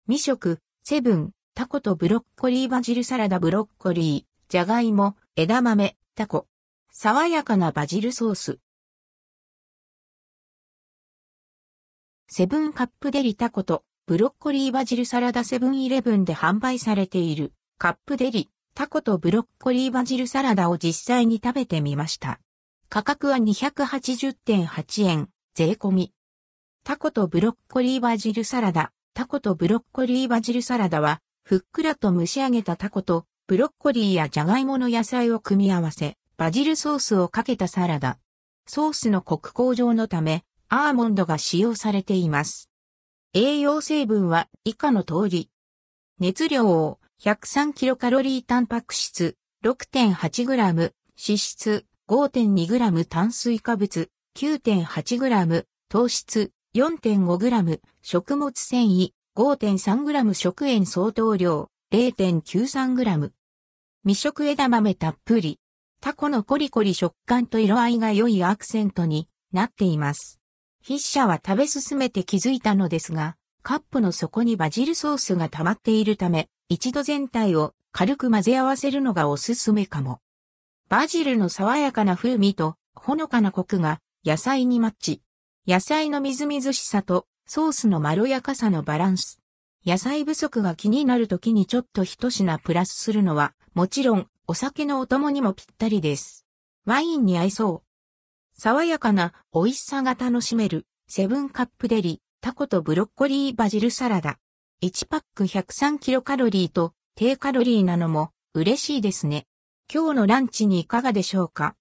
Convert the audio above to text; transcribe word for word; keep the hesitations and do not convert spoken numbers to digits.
未食、セブン、タコとブロッコリーバジルサラダブロッコリー、じゃがいも、枝豆、タコ。爽やかなバジルソース。セブンカップデリタコとブロッコリーバジルサラダセブンイレブンで販売されているカップデリタコとブロッコリーバジルサラダを実際に食べてみました。価格は にひゃくはちじゅってんはちえん、税込み。タコとブロッコリーバジルサラダ。タコとブロッコリーバジルサラダは、ふっくらと蒸し上げたタコとブロッコリーやジャガイモの野菜を組み合わせ、バジルソースをかけたサラダ。ソースのコク向上のため、アーモンドが使用されています。栄養成分は以下の通り。熱量 ひゃくさんキロカロリー タンパク質 ろくてんはちグラム、脂質 ごてんにグラム 炭水化物 きゅうてんはちグラム、糖質 よんてんごグラム、食物繊維 ごてんさんグラム 食塩相当量 れいてんきゅうさんグラム。未食枝豆たっぷり。タコのコリコリ食感と色合いが良いアクセントになっています。筆者は食べ進めて気づいたのですが、カップの底にバジルソースが溜まっているため、一度全体を軽く混ぜ合わせるのがおすすめかも。バジルの爽やかな風味とほのかなコクが野菜にマッチ。野菜のみずみずしさとソースのまろやかさのバランス。野菜不足が気になる時にちょっと一品プラスするのはもちろんお酒のお供にもぴったりです。ワインに合いそう。爽やかな美味しさが楽しめるセブンカップデリタコとブロッコリーバジルサラダ。いちパックひゃくさんキロカロリーと低カロリーなのも嬉しいですね。今日のランチにいかがでしょうか。